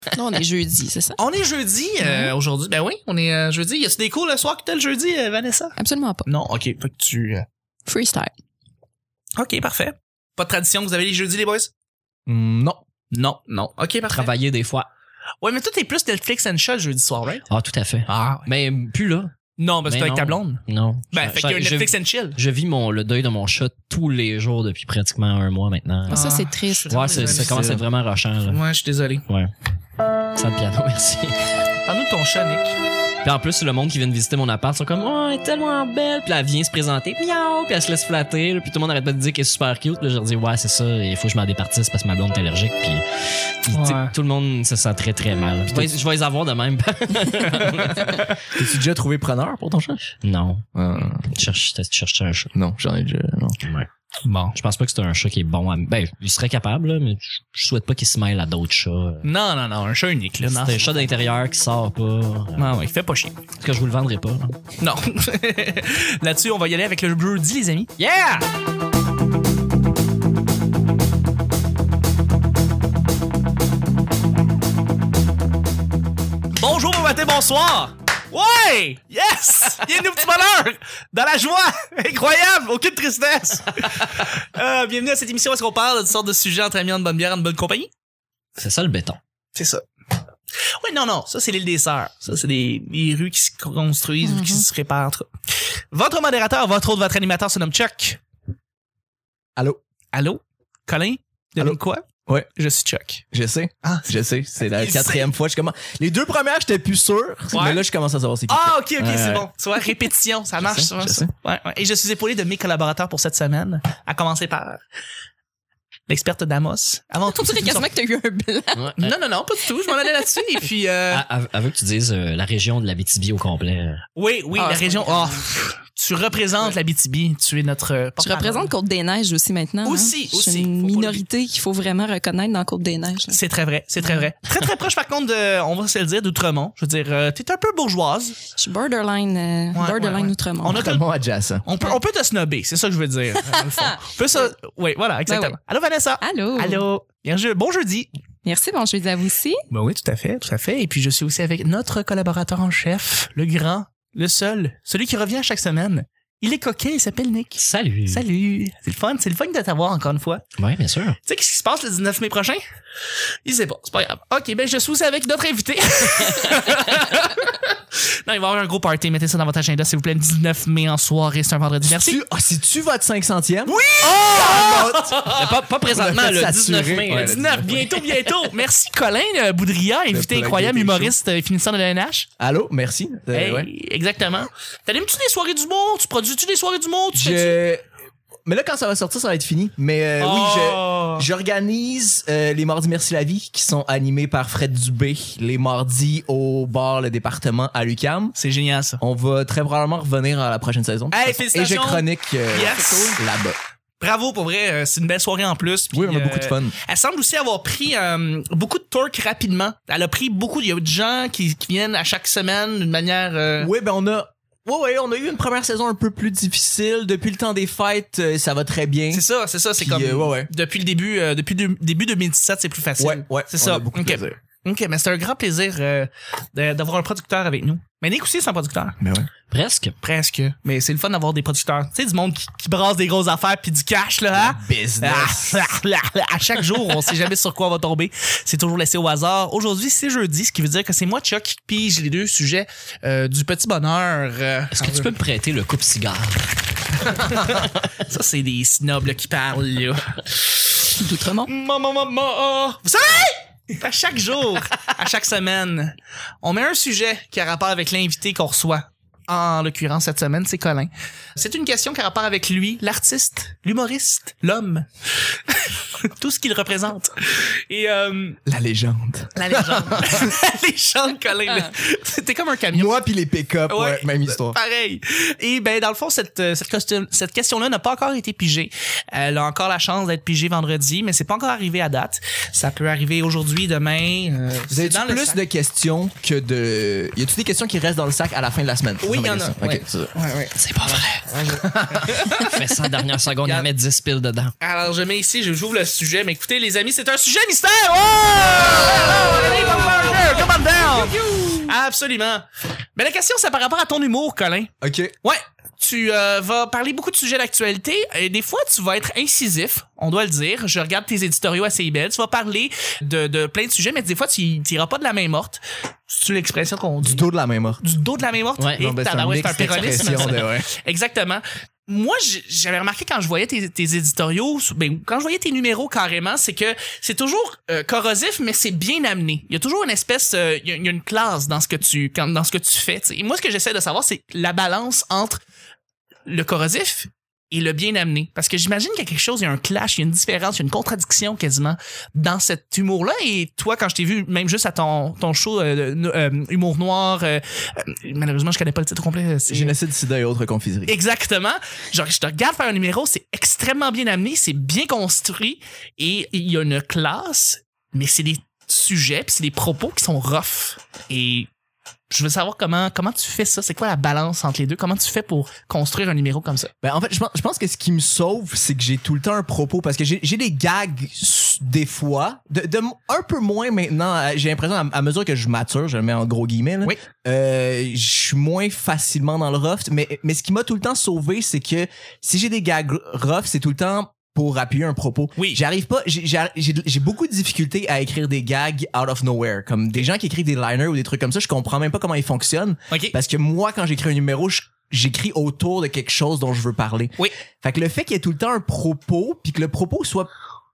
Non, on est jeudi, c'est ça? On est jeudi aujourd'hui. Ben oui, on est jeudi. Y a-tu des cours le soir que t'as le jeudi, Vanessa? Absolument pas. Non, ok. Fait que tu... Freestyle. Ok, parfait. Pas de tradition, vous avez les jeudis, les boys? Non. Non. Ok, parfait. Travailler des fois. Ouais, mais toi, t'es plus Netflix and chill jeudi soir, right? Ah, tout à fait. Ah. Mais plus là. Non, parce que Mais t'es avec ta non. blonde. Non. Ben, fait qu'il y a un Netflix and chill. Je vis le deuil de mon chat tous les jours depuis pratiquement 1 mois maintenant. Ah, ça, c'est triste. Ouais, ça commence à être vraiment rochant, là. Ouais, je suis désolé. Ouais. Ça le piano, merci. Parle-nous de ton chat, Nick. Puis en plus, le monde qui vient de visiter mon appart sont comme, oh, elle est tellement belle. Puis là, elle vient se présenter, miaou, puis elle se laisse flatter. Là, puis tout le monde arrête pas de dire qu'elle est super cute. Puis là, je leur dis, ouais, c'est ça, il faut que je m'en départisse parce que ma blonde est allergique. Puis Ouais. tout le monde se sent très très mal. Je vais les avoir de même. T'as-tu déjà trouvé preneur pour ton chat? Non. Tu cherches un chat. Non, j'en ai déjà. Non. Ouais. Bon. Je pense pas que c'est un chat qui est bon à... Ben, il serait capable, là, mais je souhaite pas qu'il se mêle à d'autres chats. Non, un chat unique, là. Non. C'est un chat d'intérieur qui sort pas. Ah ouais, il fait pas chier. Parce que je vous le vendrai pas. Là. Non. Là-dessus, on va y aller avec le jeudi, les amis. Yeah! Bonjour, bon matin, bonsoir. Ouais! Yes! Bienvenue au petit bonheur! Dans la joie! Incroyable! Aucune tristesse! Bienvenue à cette émission où est-ce qu'on parle de toutes sortes de sujets entre amis, en bonne bière, en bonne compagnie. C'est ça le béton. C'est ça. Oui, non, ça c'est l'île des Sœurs. Ça c'est des rues qui se construisent ou qui se réparent. En tout cas. Votre modérateur, votre animateur se nomme Chuck. Allô? Allô? Colin? Devine Allô? quoi? Ouais. Je suis Chuck. Je sais. Ah, Je sais. C'est la Il 4e fois. Les 2 premières, j'étais plus sûr. Ouais. Mais là, je commence à savoir c'est qui. Ah, ok, c'est Ouais. bon. Tu vois, répétition, ça marche. sais, ça. je sais. Ouais. Et je suis épaulé de mes collaborateurs pour cette semaine, à commencer par l'experte Damos. Avant tout, On dirait quasiment que t'as eu un blanc. Non, pas du tout. Je m'en allais là-dessus. Et puis, Avec que tu dises la région de l'Abitibi au complet. oui, Ah, la c'est région. pas Oh, tu représentes l'Abitibi. Tu es notre. Tu porte-parole. représentes Côte-des-Neiges aussi maintenant. Aussi. C'est une Faut pas minorité qu'il faut vraiment reconnaître dans Côte-des-Neiges. C'est très vrai, c'est très vrai. Très très proche par contre de, on va se le dire, d'Outremont. Je veux dire, t'es un peu bourgeoise. Je suis borderline, borderline ouais. Outremont. On a Vraiment adjacent. On peut te snobber, c'est ça que je veux dire. Dans le fond. On peut ça. Oui, voilà, exactement. Ben oui. Allô Vanessa. Allô. Allô. Bon jeudi. Merci, bon jeudi à vous aussi. Ben oui, tout à fait. Et puis je suis aussi avec notre collaborateur en chef, le grand, le seul, celui qui revient chaque semaine. Il est coquin, il s'appelle Nick. Salut. Salut. C'est le fun de t'avoir encore une fois. Ouais, bien sûr. Tu sais qu'est-ce qui se passe le 19 mai prochain? Il sait pas, c'est pas grave. Ok, ben je suis aussi avec notre invité. Non, il va y avoir un gros party. Mettez ça dans votre agenda, s'il vous plaît. Le 19 mai en soirée, c'est un vendredi. Merci. C'est-tu votre 500e? Oui! Mais pas présentement, On l'a le fait 19 saturer. mai. Ouais, là. 19, bientôt. Merci Colin Boudria, invité plug incroyable, des humoriste finissant de l'ENH. Allô? Merci. Hey, Ouais. exactement. T'animes-tu des soirées d'humour? Tu produis-tu des soirées d'humour? Mais là, quand ça va sortir, ça va être fini. Mais j'organise les Mardis Merci la Vie qui sont animés par Fred Dubé les mardis au bar Le Département à l'UQAM. C'est génial, ça. On va très probablement revenir à la prochaine saison. Hey, Et je félicitations. chronique Yes. là-bas. Bravo, pour vrai. C'est une belle soirée en plus. Puis, Oui, on a beaucoup de fun. Elle semble aussi avoir pris beaucoup de torque rapidement. Elle a pris beaucoup. Il y a de gens qui viennent à chaque semaine d'une manière... Oui, ben on a eu une première saison un peu plus difficile. Depuis le temps des fêtes, ça va très bien. C'est ça. C'est Puis, comme... ouais. Depuis le début 2017, c'est plus facile. Ouais. C'est on ça. a beaucoup de Ok. plaisir. OK, mais c'est un grand plaisir d'avoir un producteur avec nous. Mais Nick aussi, c'est un producteur. Mais ouais. Presque. Presque. Mais c'est le fun d'avoir des producteurs. Tu sais, du monde qui brasse des grosses affaires puis du cash, là, hein? Business. À chaque jour, on sait jamais sur quoi on va tomber. C'est toujours laissé au hasard. Aujourd'hui, c'est jeudi, ce qui veut dire que c'est moi, Chuck, qui pige les deux sujets du petit bonheur. Est-ce que tu peux me prêter le coupe-cigare? Ça, c'est des snobs là, qui parlent, là. D'Outremont. Vous savez? À chaque jour, à chaque semaine, on met un sujet qui a rapport avec l'invité qu'on reçoit. En l'occurrence, cette semaine, c'est Colin. C'est une question qui a rapport avec lui, l'artiste, l'humoriste, l'homme. Tout ce qu'il représente. Et La légende. la légende. La légende, Colin. C'était comme un camion. Moi puis les pick-up, ouais, même histoire. Pareil. Et ben dans le fond cette question-là n'a pas encore été pigée. Elle a encore la chance d'être pigée vendredi, mais c'est pas encore arrivé à date. Ça peut arriver aujourd'hui, demain. Vous avez plus de questions que de... Y a-tu des questions qui restent dans le sac à la fin de la semaine? Oui, C'est il y ça en a. ma question. Ouais. Ok, c'est ça. Ouais. C'est pas vrai. Fais ça en dernière seconde, il y en met 10 piles dedans. Alors je mets ici, j'ouvre le sujet, mais écoutez les amis, c'est un sujet mystère. Oh! Absolument. Mais la question, c'est par rapport à ton humour, Colin. OK. Ouais. Tu vas parler beaucoup de sujets d'actualité et des fois, tu vas être incisif, on doit le dire. Je regarde tes éditoriaux assez belles. Tu vas parler de plein de sujets, mais des fois, tu t'iras pas de la main morte. C'est l'expression qu'on dit. Du dos de la main morte. Du dos de la main morte? Ouais. Et Non, ben, tabarouette, c'est un péronisme. expression de, ouais. Exactement. Moi, j'avais remarqué quand je voyais tes éditoriaux, quand je voyais tes numéros carrément, c'est que c'est toujours corrosif, mais c'est bien amené. Il y a toujours une espèce, il y a une classe dans ce que tu fais. T'sais. Et moi, ce que j'essaie de savoir, c'est la balance entre le corrosif et le bien amené. Parce que j'imagine qu'il y a quelque chose, il y a un clash, il y a une différence, il y a une contradiction quasiment dans cet humour-là. Et toi, quand je t'ai vu, même juste à ton show Humour Noir, malheureusement, je connais pas le titre complet. Génocide, sida et autres confiseries. Exactement. Genre, je te regarde faire un numéro, c'est extrêmement bien amené, c'est bien construit et il y a une classe, mais c'est des sujets puis c'est des propos qui sont rough. Et je veux savoir comment tu fais ça. C'est quoi la balance entre les deux? Comment tu fais pour construire un numéro comme ça? Ben, en fait, je pense que ce qui me sauve, c'est que j'ai tout le temps un propos parce que j'ai des gags des fois, de un peu moins maintenant. J'ai l'impression, à mesure que je mature, je le mets en gros guillemets, là, Oui. je suis moins facilement dans le rough. Mais ce qui m'a tout le temps sauvé, c'est que si j'ai des gags rough, c'est tout le temps pour appuyer un propos. Oui. J'arrive pas, j'ai beaucoup de difficultés à écrire des gags out of nowhere. Comme des gens qui écrivent des liners ou des trucs comme ça, je comprends même pas comment ils fonctionnent. OK. Parce que moi, quand j'écris un numéro, j'écris autour de quelque chose dont je veux parler. Oui. Fait que le fait qu'il y ait tout le temps un propos, puis que le propos soit...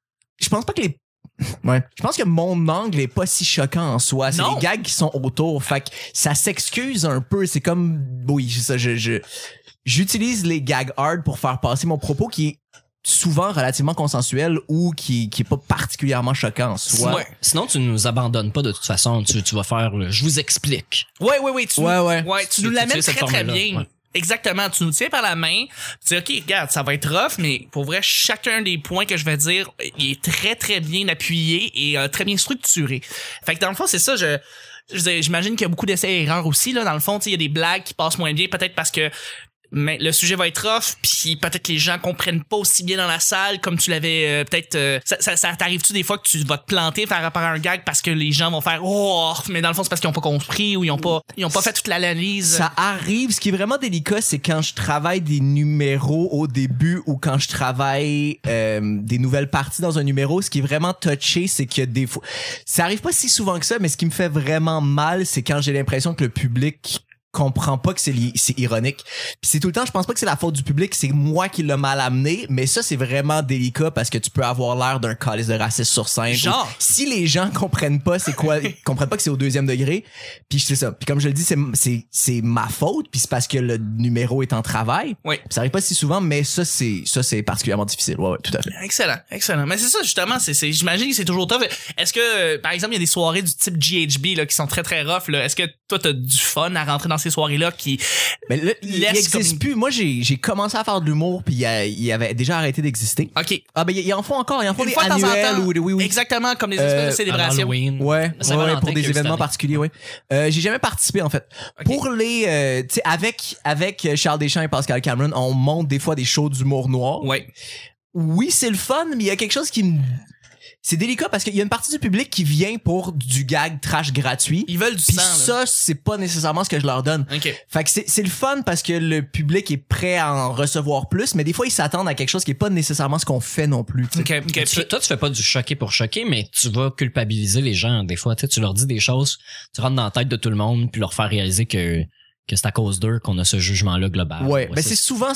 Je pense pas que Ouais. Je pense que mon angle est pas si choquant en soi. C'est Non. les gags qui sont autour. Fait que ça s'excuse un peu. C'est comme... Oui, c'est ça. J'utilise les gags hard pour faire passer mon propos qui est souvent relativement consensuel ou qui est pas particulièrement choquant en soi. Ouais. Sinon, tu nous abandonnes pas de toute façon. Tu vas faire le je vous explique. Oui. Tu nous l'amènes Tu sais, cette très, très formule-là, bien. ouais. Exactement. Tu nous tiens par la main. Tu dis, OK, regarde, ça va être rough, mais pour vrai, chacun des points que je vais dire, il est très, très bien appuyé et très bien structuré. Fait que dans le fond, c'est ça, j'imagine qu'il y a beaucoup d'essais et erreurs aussi, là. Dans le fond, il y a des blagues qui passent moins bien, peut-être parce que mais le sujet va être rough, puis peut-être que les gens comprennent pas aussi bien dans la salle comme tu l'avais peut-être ça t'arrive-tu des fois que tu vas te planter par rapport à un gag parce que les gens vont faire oh, mais dans le fond c'est parce qu'ils ont pas compris ou ils ont pas fait toute l'analyse. Ça arrive. Ce qui est vraiment délicat, c'est quand je travaille des numéros au début ou quand je travaille des nouvelles parties dans un numéro. Ce qui est vraiment touché, c'est que des fois, ça arrive pas si souvent que ça, mais ce qui me fait vraiment mal, c'est quand j'ai l'impression que le public comprend pas que c'est ironique. Puis c'est tout le temps, je pense pas que c'est la faute du public, c'est moi qui l'ai mal amené, mais ça c'est vraiment délicat parce que tu peux avoir l'air d'un calice de raciste sur scène. Genre. Si les gens comprennent pas c'est quoi, comprennent pas que c'est au 2e degré, puis c'est ça. Puis comme je le dis, c'est ma faute, puis c'est parce que le numéro est en travail. Oui. Puis ça arrive pas si souvent, mais ça c'est particulièrement difficile. Ouais, tout à fait. Excellent. Mais c'est ça justement, j'imagine que c'est toujours tough. Est-ce que par exemple, il y a des soirées du type GHB là qui sont très très rough là, est-ce que toi t'as du fun à rentrer dans ces soirées-là qui mais là, il existe plus. Moi, j'ai commencé à faire de l'humour puis il avait déjà arrêté d'exister. OK. Ah ben ils en font encore, ils en font Une des fois de temps en annuels temps. ou oui. Exactement, comme des espèces de célébrations. Halloween. Ouais, Saint-Valentin pour qu'il y des a eu cette événements année. particuliers, ouais. J'ai jamais participé en fait. Ok. Pour les tu sais avec Charles Deschamps et Pascal Cameron, on monte des fois des shows d'humour noir. Ouais. Oui, c'est le fun, mais il y a quelque chose qui me c'est délicat parce qu'il y a une partie du public qui vient pour du gag trash gratuit. Ils veulent du Puis sang là. ça, c'est pas nécessairement ce que je leur donne. OK. Fait que c'est le fun parce que le public est prêt à en recevoir plus, mais des fois ils s'attendent à quelque chose qui est pas nécessairement ce qu'on fait non plus. Tu sais. OK. Toi, tu fais pas du choquer pour choquer, mais tu vas culpabiliser les gens des fois. Tu leur dis des choses, tu rentres dans la tête de tout le monde, puis leur faire réaliser que c'est à cause d'eux qu'on a ce jugement-là global. Ouais, ben c'est souvent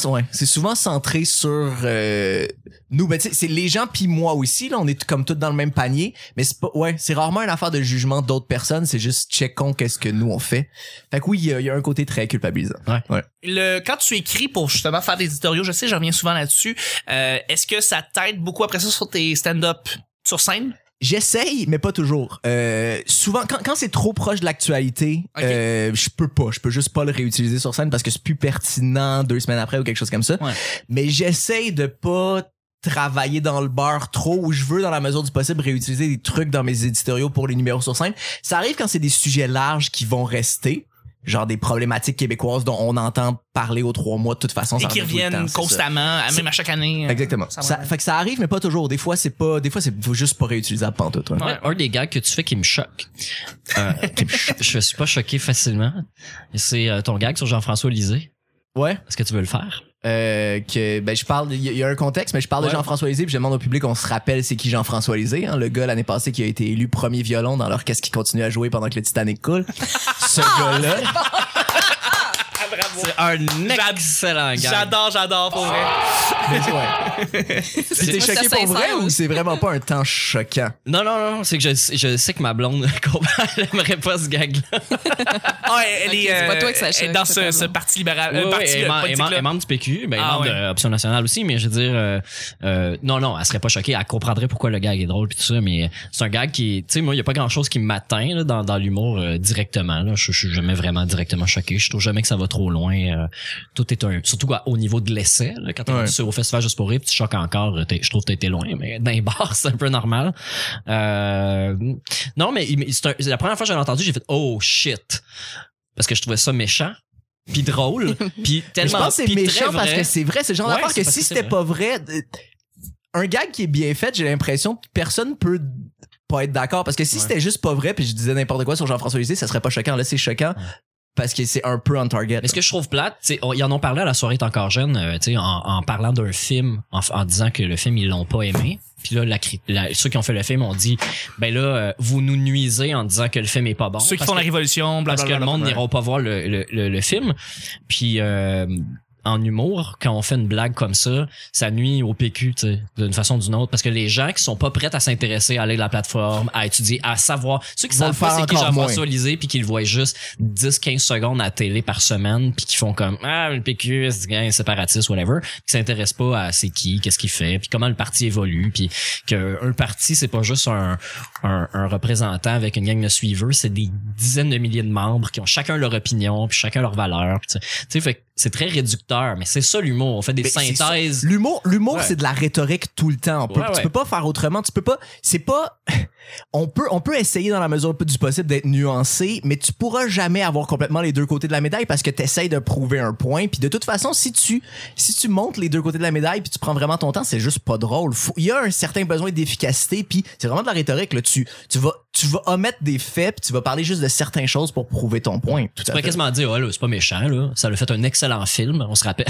centré sur nous. Ben tu sais, c'est les gens puis moi aussi là, on est comme tous dans le même panier, mais c'est rarement une affaire de jugement d'autres personnes, c'est juste checkons qu'est-ce que nous on fait. Fait que oui, il y a un côté très culpabilisant. Ouais. Quand tu écris pour justement faire des éditoriaux, je sais, je reviens souvent là-dessus. Est-ce que ça t'aide beaucoup après ça sur tes stand-up sur scène? J'essaye, mais pas toujours. Souvent, quand c'est trop proche de l'actualité, Okay. je peux juste pas le réutiliser sur scène parce que c'est plus pertinent 2 semaines après ou quelque chose comme ça. Ouais. Mais j'essaye de pas travailler dans le beurre trop où je veux dans la mesure du possible réutiliser des trucs dans mes éditoriaux pour les numéros sur scène. Ça arrive quand c'est des sujets larges qui vont rester. genre des problématiques québécoises dont on entend parler aux 3 mois de toute façon. Et ça qui revient tout le reviennent temps, c'est constamment, même à chaque année. Exactement. Fait que ça arrive, mais pas toujours. Des fois, c'est juste pas réutilisable pantoute. Ouais. Ouais. Un des gags que tu fais qui me choque. Je suis pas choqué facilement. C'est ton gag sur Jean-François Lisée. Ouais. Est-ce que tu veux le faire? Je parle, il y a un contexte, mais je parle de Jean-François Lisée, puis je demande au public qu'on se rappelle c'est qui Jean-François Lisée, hein, le gars l'année passée qui a été élu premier violon dans l'orchestre qui continue à jouer pendant que le Titanic coule. Ce gars-là. Bravo. C'est un excellent gag. J'adore pour vrai. Puis t'es choqué pour vrai ou c'est vraiment pas un temps choquant? Non, c'est que je sais que ma blonde, elle aimerait pas ce gag-là. Ah, elle est, c'est pas toi que ça choque, elle est dans c'est ce pas parti libéral. Oui, Parti elle politique-là. est membre du PQ, elle est Ah, membre de Option nationale aussi, mais je veux dire, non, elle serait pas choquée, elle comprendrait pourquoi le gag est drôle pis tout ça, mais c'est un gag qui, tu sais, moi, il y a pas grand-chose qui m'atteint là, dans l'humour directement. Là, je suis jamais vraiment directement choqué. Je trouve jamais que ça va trop loin. Tout est surtout au niveau de l'essai. Là, quand t'es au festival Juste pour rire, pis tu choques encore. Je trouve que t'as été loin, mais dans les bars, c'est un peu normal. Non, mais la première fois que j'ai entendu, j'ai fait oh shit, parce que je trouvais ça méchant. Puis drôle, puis tellement. Je pense que c'est méchant parce que c'est vrai, c'est le genre d'affaire que si c'était pas vrai, un gag qui est bien fait, j'ai l'impression que personne peut pas être d'accord parce que si c'était juste pas vrai puis je disais n'importe quoi sur Jean-François Lisée, ça serait pas choquant. Là, c'est choquant. Parce que c'est un peu on target. Mais ce que je trouve plate, ils en ont parlé à la soirée T'es encore jeune, en parlant d'un film, en disant que le film ils l'ont pas aimé. Puis là, ceux qui ont fait le film ont dit, ben là, vous nous nuisez en disant que le film est pas bon. Ceux qui font la révolution, parce que le monde n'ira pas voir le film. Puis en humour, quand on fait une blague comme ça nuit au PQ, tu sais, d'une façon ou d'une autre, parce que les gens qui sont pas prêts à s'intéresser, à aller de la plateforme, à étudier, à savoir, ceux qui savent pas c'est qui Jean-François Lisée puis qui le voient juste 10-15 secondes à la télé par semaine puis qui font comme le PQ, c'est un séparatiste, whatever, qui s'intéressent pas à c'est qui, qu'est-ce qu'il fait, puis comment le parti évolue, puis qu'un parti c'est pas juste un représentant avec une gang de suiveurs, c'est des dizaines de milliers de membres qui ont chacun leur opinion puis chacun leur valeur, tu sais, fait que c'est très réducteur, mais c'est ça l'humour. On fait des synthèses. L'humour, c'est de la rhétorique tout le temps. Tu peux pas faire autrement. Tu peux pas. C'est pas. On peut essayer dans la mesure du possible d'être nuancé, mais tu pourras jamais avoir complètement les deux côtés de la médaille parce que t'essayes de prouver un point. Puis de toute façon, si tu montres les deux côtés de la médaille puis tu prends vraiment ton temps, c'est juste pas drôle. Il y a un certain besoin d'efficacité. Puis c'est vraiment de la rhétorique. Là, tu vas omettre des faits puis tu vas parler juste de certaines choses pour prouver ton point. Tu pourrais quasiment dire, là, c'est pas méchant, là. Ça l'a fait un excellent film, on se rappelle.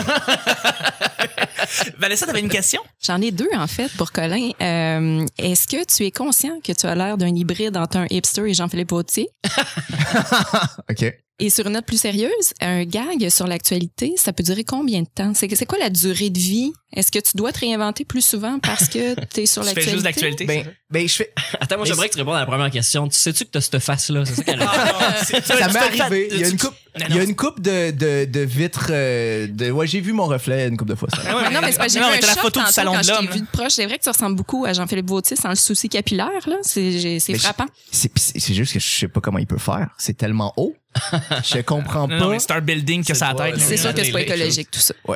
Vanessa, t'avais une question? J'en ai 2, en fait, pour Colin. Est-ce que tu es conscient que tu as l'air d'un hybride entre un hipster et Jean-Philippe Vautier? OK. Et sur une note plus sérieuse, un gag sur l'actualité, ça peut durer combien de temps? C'est quoi la durée de vie? Est-ce que tu dois te réinventer plus souvent parce que t'es sur l'actualité? Tu fais juste l'actualité? Ben, je fais... Attends, moi, j'aimerais que tu répondes à la première question. Tu sais-tu que t'as cette face-là? C'est ça qu'elle a. Ça m'est arrivé. Il y a une coupe de vitres j'ai vu mon reflet une coupe de fois. Ça. Non, mais c'est pas, j'ai vu un la shot photo du salon quand de je l'homme. t'ai vu de proche. C'est vrai que tu ressembles beaucoup à Jean-Philippe Vautier sans le souci capillaire, là. C'est frappant. C'est juste que je sais pas comment il peut faire. C'est tellement haut. Je comprends pas. Non, mais c'est un building que ça a tête. C'est sûr que c'est pas écologique, tout ça. Ouais.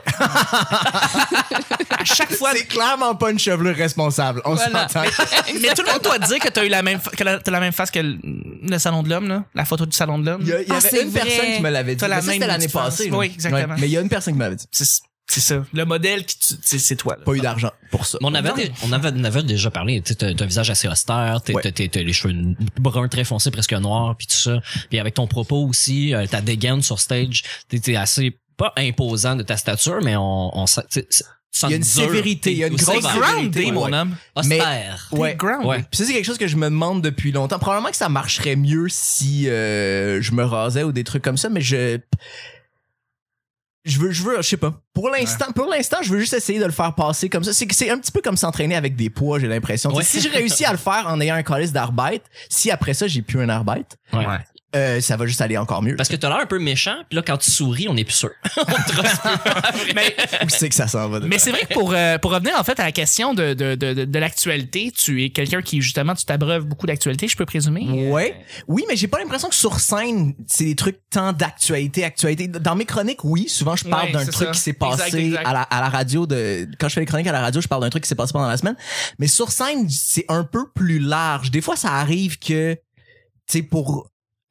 À chaque fois. C'est clairement pas une chevelure responsable. On s'entend. Mais tout le monde doit dire que t'as eu la même face que le salon de l'homme, là. La photo du salon de l'homme. Il y avait une personne qui me l'avait dit. T'as la Ça, même c'était l'année différence. passée. Oui, exactement. Ouais, mais il y a une personne qui m'avait dit. C'est ça. Le modèle c'est toi, là. Pas eu d'argent pour ça. Mais on avait déjà parlé. Tu sais, t'as un visage assez austère, t'as les cheveux bruns très foncés, presque noirs, puis tout ça. Puis avec ton propos aussi, ta dégaine sur stage, t'es assez pas imposant de ta stature, mais il y a une sévérité, il y a une grosse groundé, mon homme. Austère. Ouais. Groundé. Puis ça, c'est quelque chose que je me demande depuis longtemps. Probablement que ça marcherait mieux si je me rasais ou des trucs comme ça, mais je veux, je sais pas. Pour l'instant, je veux juste essayer de le faire passer comme ça. C'est un petit peu comme s'entraîner avec des poids, j'ai l'impression. Ouais. Si j'ai réussi à le faire en ayant un calice d'arbeit, si après ça, j'ai plus un arbeit, ça va juste aller encore mieux. Parce que t'as l'air un peu méchant, puis là, quand tu souris, on est plus sûr. On te trosse plus. Mais où c'est que ça s'en va? Mais c'est vrai que pour revenir en fait à la question de l'actualité, tu es quelqu'un qui justement tu t'abreuves beaucoup d'actualité, je peux présumer. Ouais. Oui, mais j'ai pas l'impression que sur scène, c'est des trucs tant d'actualité. Dans mes chroniques, oui, souvent je parle d'un truc qui s'est passé exact. À la radio quand je fais les chroniques à la radio, je parle d'un truc qui s'est passé pendant la semaine. Mais sur scène, c'est un peu plus large. Des fois, ça arrive que tu sais pour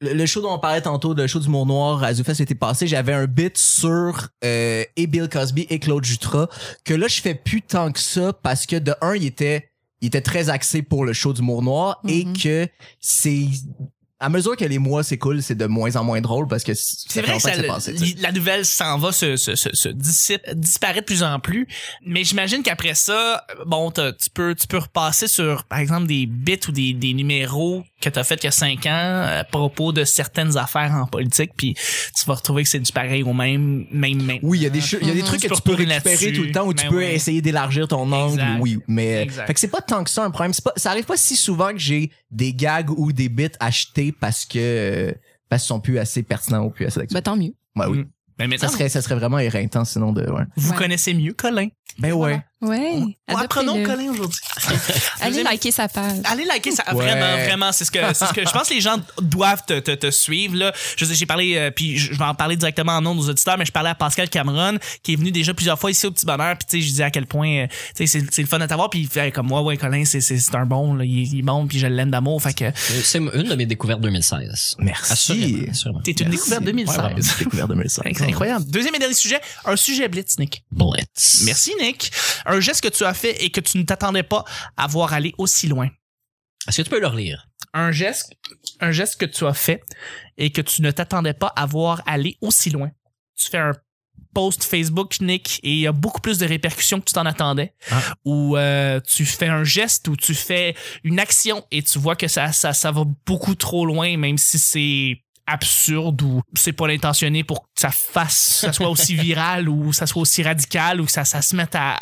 le show dont on parlait tantôt, le show d'humour noir à ZooFest l'été passé, j'avais un bit sur et Bill Cosby et Claude Jutras que là je fais plus tant que ça parce que de un il était très axé pour le show d'humour noir et que c'est à mesure que les mois s'écoulent, c'est de moins en moins drôle parce que c'est vrai que la nouvelle s'en va se disparaît de plus en plus. Mais j'imagine qu'après ça, bon, tu peux repasser sur, par exemple, des bits ou des numéros que t'as fait il y a 5 ans à propos de certaines affaires en politique, puis tu vas retrouver que c'est du pareil au même. Oui, il y a des trucs que tu peux récupérer tout le temps où tu peux essayer d'élargir ton angle. Exact. Oui, mais Exact. fait que c'est pas tant que ça un problème. Ça arrive pas si souvent que j'ai des gags ou des bits achetés parce qu'ils sont plus assez pertinents ou plus assez d'actualité. Ben, tant mieux. Ouais, oui. Mais maintenant, Ça serait vraiment éreintant sinon de. Ouais. vous Ouais. connaissez mieux Colin. Ben ouais. Ouais. Apprenons Colin aujourd'hui. Allez liker sa page. Allez liker ça. Ouais. Vraiment, c'est ce que je pense que les gens doivent te suivre, là. Je sais, j'ai parlé, puis je vais en parler directement en nom aux auditeurs, mais je parlais à Pascal Cameron, qui est venu déjà plusieurs fois ici au Petit Bonheur, puis tu sais, je disais à quel point, tu sais, c'est le fun de t'avoir, puis il fait comme moi, ouais, Colin, c'est un bon, là, il est bon, puis je l'aime d'amour, fait que. C'est une de mes découvertes 2016. Merci. Assurément. T'es une découverte 2016. Ouais, vraiment. Découverte 2016. C'est incroyable. Deuxième et dernier sujet, un sujet blitz, Nick. Blitz. Merci, Nick. Un geste que tu as fait et que tu ne t'attendais pas à voir aller aussi loin. Est-ce que tu peux le relire? Un geste que tu as fait et que tu ne t'attendais pas à voir aller aussi loin. Tu fais un post Facebook, Nick, et il y a beaucoup plus de répercussions que tu t'en attendais. Ou tu fais un geste ou tu fais une action et tu vois que ça va beaucoup trop loin, même si c'est absurde ou c'est pas l'intentionné pour que ça soit aussi viral ou ça soit aussi radical ou que ça se mette à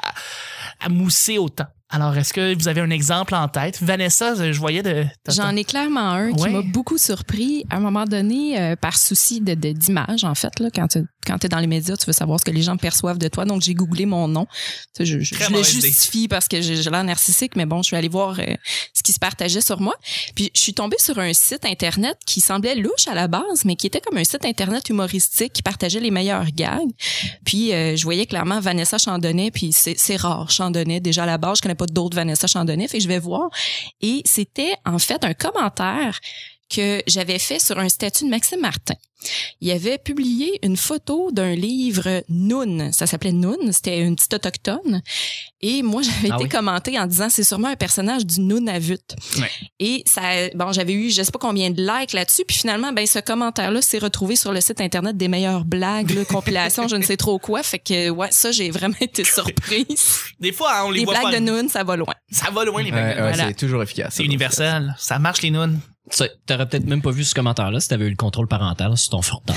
mousser autant. Alors, est-ce que vous avez un exemple en tête? Vanessa, je voyais J'en ai clairement un qui m'a beaucoup surpris. À un moment donné, par souci d'image, en fait, là, quand t'es dans les médias, tu veux savoir ce que les gens perçoivent de toi. Donc, j'ai googlé mon nom. Je le justifie parce que j'ai l'air narcissique, mais bon, je suis allée voir ce qui se partageait sur moi. Puis, je suis tombée sur un site Internet qui semblait louche à la base, mais qui était comme un site Internet humoristique qui partageait les meilleurs gags. Puis, je voyais clairement Vanessa Chandonnet, puis c'est rare, Chandonnet. Déjà, à la base, je connais pas d'autres Vanessa Chandonnet, fait que je vais voir. Et c'était, en fait, un commentaire que j'avais fait sur un statut de Maxime Martin. Il avait publié une photo d'un livre Noun. Ça s'appelait Noun. C'était une petite autochtone. Et moi, j'avais été commentée en disant c'est sûrement un personnage du Nunavut. Ouais. Et ça, bon, j'avais eu je sais pas combien de likes là-dessus. Puis finalement, ben ce commentaire-là s'est retrouvé sur le site internet des meilleures blagues, là, compilation, je ne sais trop quoi. Fait que ouais, ça j'ai vraiment été surprise. Des fois, on les voit pas. Les blagues de Noun, ça va loin. Ça va loin les blagues. Ouais, Voilà. c'est toujours efficace. C'est universel. Ça marche les nounes. T'aurais peut-être même pas vu ce commentaire-là si t'avais eu le contrôle parental sur ton fourre-temps.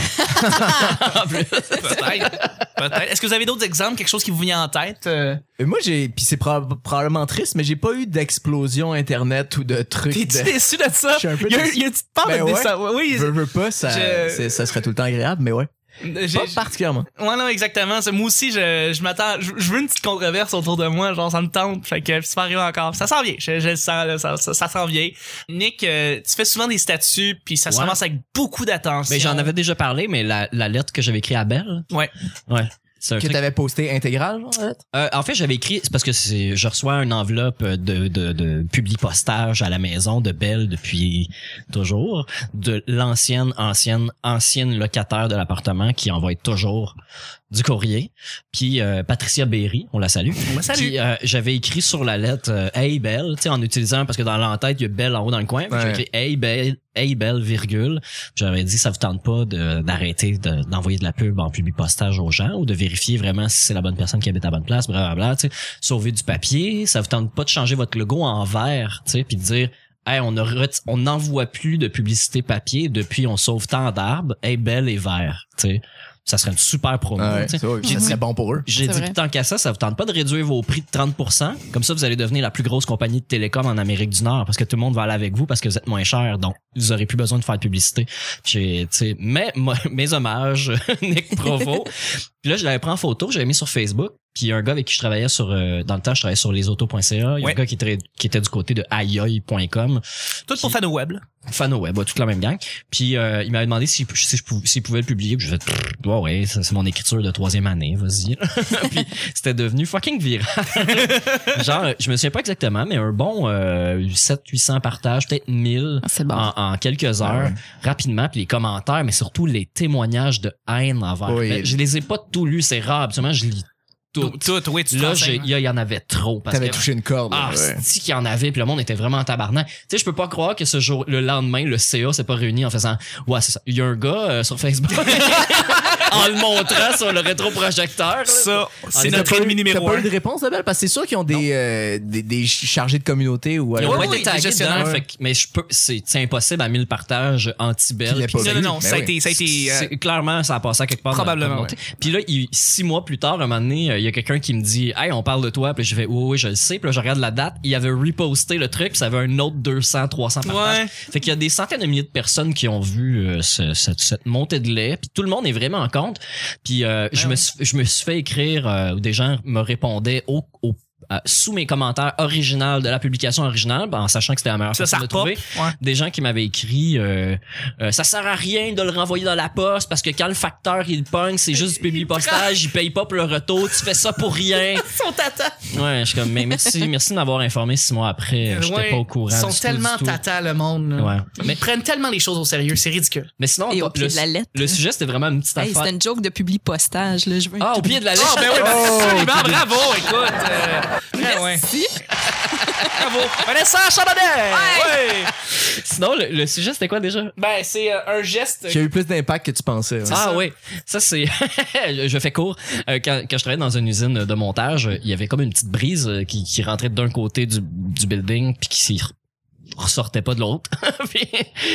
Peut-être. Est-ce que vous avez d'autres exemples, quelque chose qui vous vient en tête? Moi, puis c'est probablement triste, mais j'ai pas eu d'explosion Internet ou de trucs. T'es-tu déçu de ça? Je suis un peu il y a déçu. une petite part de dessin. Oui. Veux pas, ça serait tout le temps agréable, mais ouais. Pas particulièrement. Ouais, non, exactement. Moi aussi, je m'attends, je veux une petite controverse autour de moi, genre ça me tente. Fait que ça va arriver encore. Ça s'en vient. Je le sens, là, ça s'en vient. Nick, tu fais souvent des statuts, puis ça se commence avec beaucoup d'attention. Mais j'en avais déjà parlé, mais la lettre que j'avais écrite à Belle. Ouais. C'est un Que truc. t'avais posté intégral, genre? En fait, j'avais écrit, c'est parce que je reçois une enveloppe de publi-postage à la maison de Belle depuis toujours, de l'ancienne locataire de l'appartement qui envoie toujours du courrier. Puis Patricia Berry, on la salue. On la salue. Puis j'avais écrit sur la lettre Hey Belle, tu sais, en utilisant, parce que dans l'entête, il y a Belle en haut dans le coin. J'ai écrit Hey Belle, virgule. J'avais dit, ça vous tente pas d'arrêter d'envoyer de la pub en publi-postage aux gens ou de vérifier vraiment si c'est la bonne personne qui habite à la bonne place, blablabla, tu sais. Sauver du papier, ça vous tente pas de changer votre logo en vert, tu sais, puis de dire hey, on n'envoie plus de publicité papier depuis on sauve tant d'arbres, Hey Belle et vert, tu sais. Ça serait une super promo. Ouais, ça serait bon pour eux. J'ai dit, tant qu'à ça vous tente pas de réduire vos prix de 30%. Comme ça, vous allez devenir la plus grosse compagnie de télécom en Amérique du Nord parce que tout le monde va aller avec vous parce que vous êtes moins cher. Donc, vous aurez plus besoin de faire de publicité. Mais mes hommages, Nick Provo. Puis là, je l'avais pris en photo, j'avais mis sur Facebook. Puis il y a un gars avec qui je travaillais dans le temps, je travaillais sur lesautos.ca. Il y a un gars qui était du côté de ayoy.com. Tout pour Fano Web. Fano Web, toute la même gang. Puis il m'avait demandé s'il pouvait le publier. Puis je fait, ouais, ça, c'est mon écriture de 3e année, vas-y. Puis c'était devenu fucking viral. Genre, je me souviens pas exactement, mais un bon 700-800 partages, peut-être 1000 en quelques heures, rapidement. Puis les commentaires, mais surtout les témoignages de haine envers. Je les ai pas tout lus, c'est rare. Absolument, je lis tout, oui, tu là, il y en avait trop. T'avais touché une corde. Ah, c'est qu'il y en avait, puis le monde était vraiment en tabarnak. Tu sais, je peux pas croire que le lendemain, le CA s'est pas réuni en faisant, ouais, c'est ça. Il y a un gars sur Facebook en le montrant sur le rétroprojecteur. Ça, c'est notre ennemi numéro 1. T'as pas eu de réponse, Abel? Parce que c'est sûr qu'ils ont des chargés de communauté ou ils ont pas été tagués dedans, mais c'est impossible à 1000 partages anti-Bell. Non, ça a été clairement, ça a passé à quelque part. Probablement. Puis là, 6 mois plus tard, un moment donné, il y a quelqu'un qui me dit hey, on parle de toi, puis je fais oui, je le sais, puis là je regarde la date, il avait reposté le truc, puis ça avait un autre 200 300 partages. Fait qu'il y a des centaines de milliers de personnes qui ont vu cette montée de lait, puis tout le monde est vraiment en compte. Puis je me suis fait écrire où des gens me répondaient sous mes commentaires originaux de la publication originale, en sachant que c'était la meilleure façon de trouver. Des gens qui m'avaient écrit ça sert à rien de le renvoyer dans la poste parce que quand le facteur il pogne, c'est juste du publi-postage, il paye pas pour le retour, tu fais ça pour rien. Son tata. Ouais, je suis comme mais merci de m'avoir informé 6 mois après, j'étais pas au courant. Ils sont tellement tata le monde. Ouais. Ils prennent tellement les choses au sérieux, c'est ridicule. Mais sinon le sujet c'était vraiment une petite affaire. C'était une joke de publi-postage là, je veux. Au pied de la lettre. Ah ben oui, absolument, bravo, écoute. Merci. Bravo. Vanessa Charbonnet! Ouais. Sinon, le sujet, c'était quoi déjà? Ben, c'est un geste qui a eu plus d'impact que tu pensais. Ouais. Oui. Ça, c'est... je fais court. Quand je travaillais dans une usine de montage, il y avait comme une petite brise qui rentrait d'un côté du building puis qui ressortait pas de l'autre. Puis,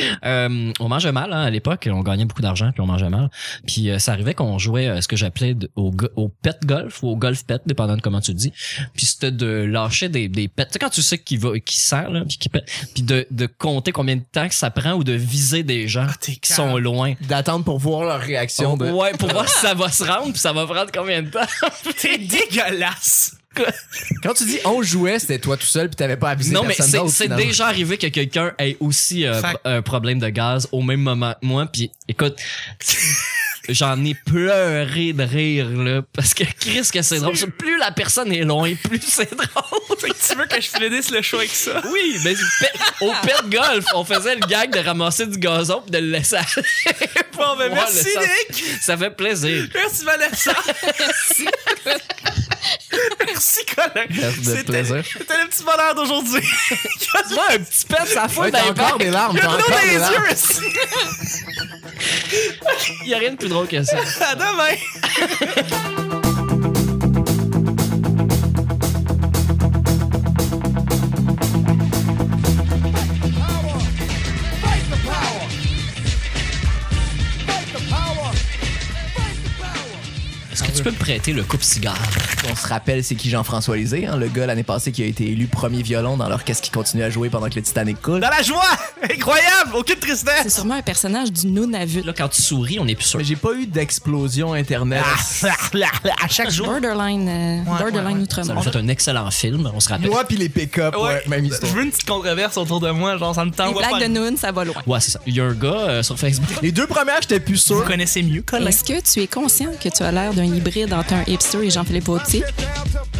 on mangeait mal à l'époque, on gagnait beaucoup d'argent puis on mangeait mal. Puis ça arrivait qu'on jouait ce que j'appelais au pet golf ou au golf pet, dépendant de comment tu le dis. Puis c'était de lâcher des pets. Tu sais quand tu sais qui sert là, puis qui pète, puis de compter combien de temps que ça prend ou de viser des gens qui sont loin, d'attendre pour voir leur réaction. Ouais, pour voir si ça va se rendre puis ça va prendre combien de temps. T'es dégueulasse. Quand tu dis on jouait, c'était toi tout seul puis t'avais pas avisé personne d'autre. Non, mais c'est déjà arrivé que quelqu'un ait aussi un problème de gaz au même moment que moi. Puis écoute, j'en ai pleuré de rire là parce que Chris que c'est drôle. Plus la personne est loin, plus c'est drôle. Fait que tu veux que je finisse le show avec ça? Oui, mais au pet golf, on faisait le gag de ramasser du gazon puis de le laisser aller. Bon, ben merci Nick. Ça fait plaisir. Merci Vanessa. Merci. Merci Colin. C'était le petit bonheur d'aujourd'hui. Tu vois un petit pet, ça fout t'as encore des larmes. Il y a de l'eau dans les yeux aussi. Il y a rien de plus drôle que ça. À demain. Est-ce que tu peux me prêter le coupe-cigare? On se rappelle c'est qui Jean-François Lisée, le gars l'année passée qui a été élu premier violon dans l'orchestre qui continue à jouer pendant que le Titanic coule. Dans la joie! Incroyable! Aucune tristesse! C'est sûrement un personnage du Nunavut. Là, quand tu souris, on est plus sûr. Mais j'ai pas eu d'explosion Internet. À chaque jour. Borderline Outre-monde. Ça a fait un excellent film, on se rappelle. Moi pis les pick-up, même histoire. Je veux une petite controverse autour de moi, genre ça me tente. Les blagues de Noon, ça va loin. Ouais, c'est ça. Il y a un gars sur Facebook. Les 2 premières, j'étais plus sûr. Vous connaissez mieux, Colin. Est-ce que tu es conscient que tu as l'air d'un hybride entre un hipster et Jean-Philippe Vautier?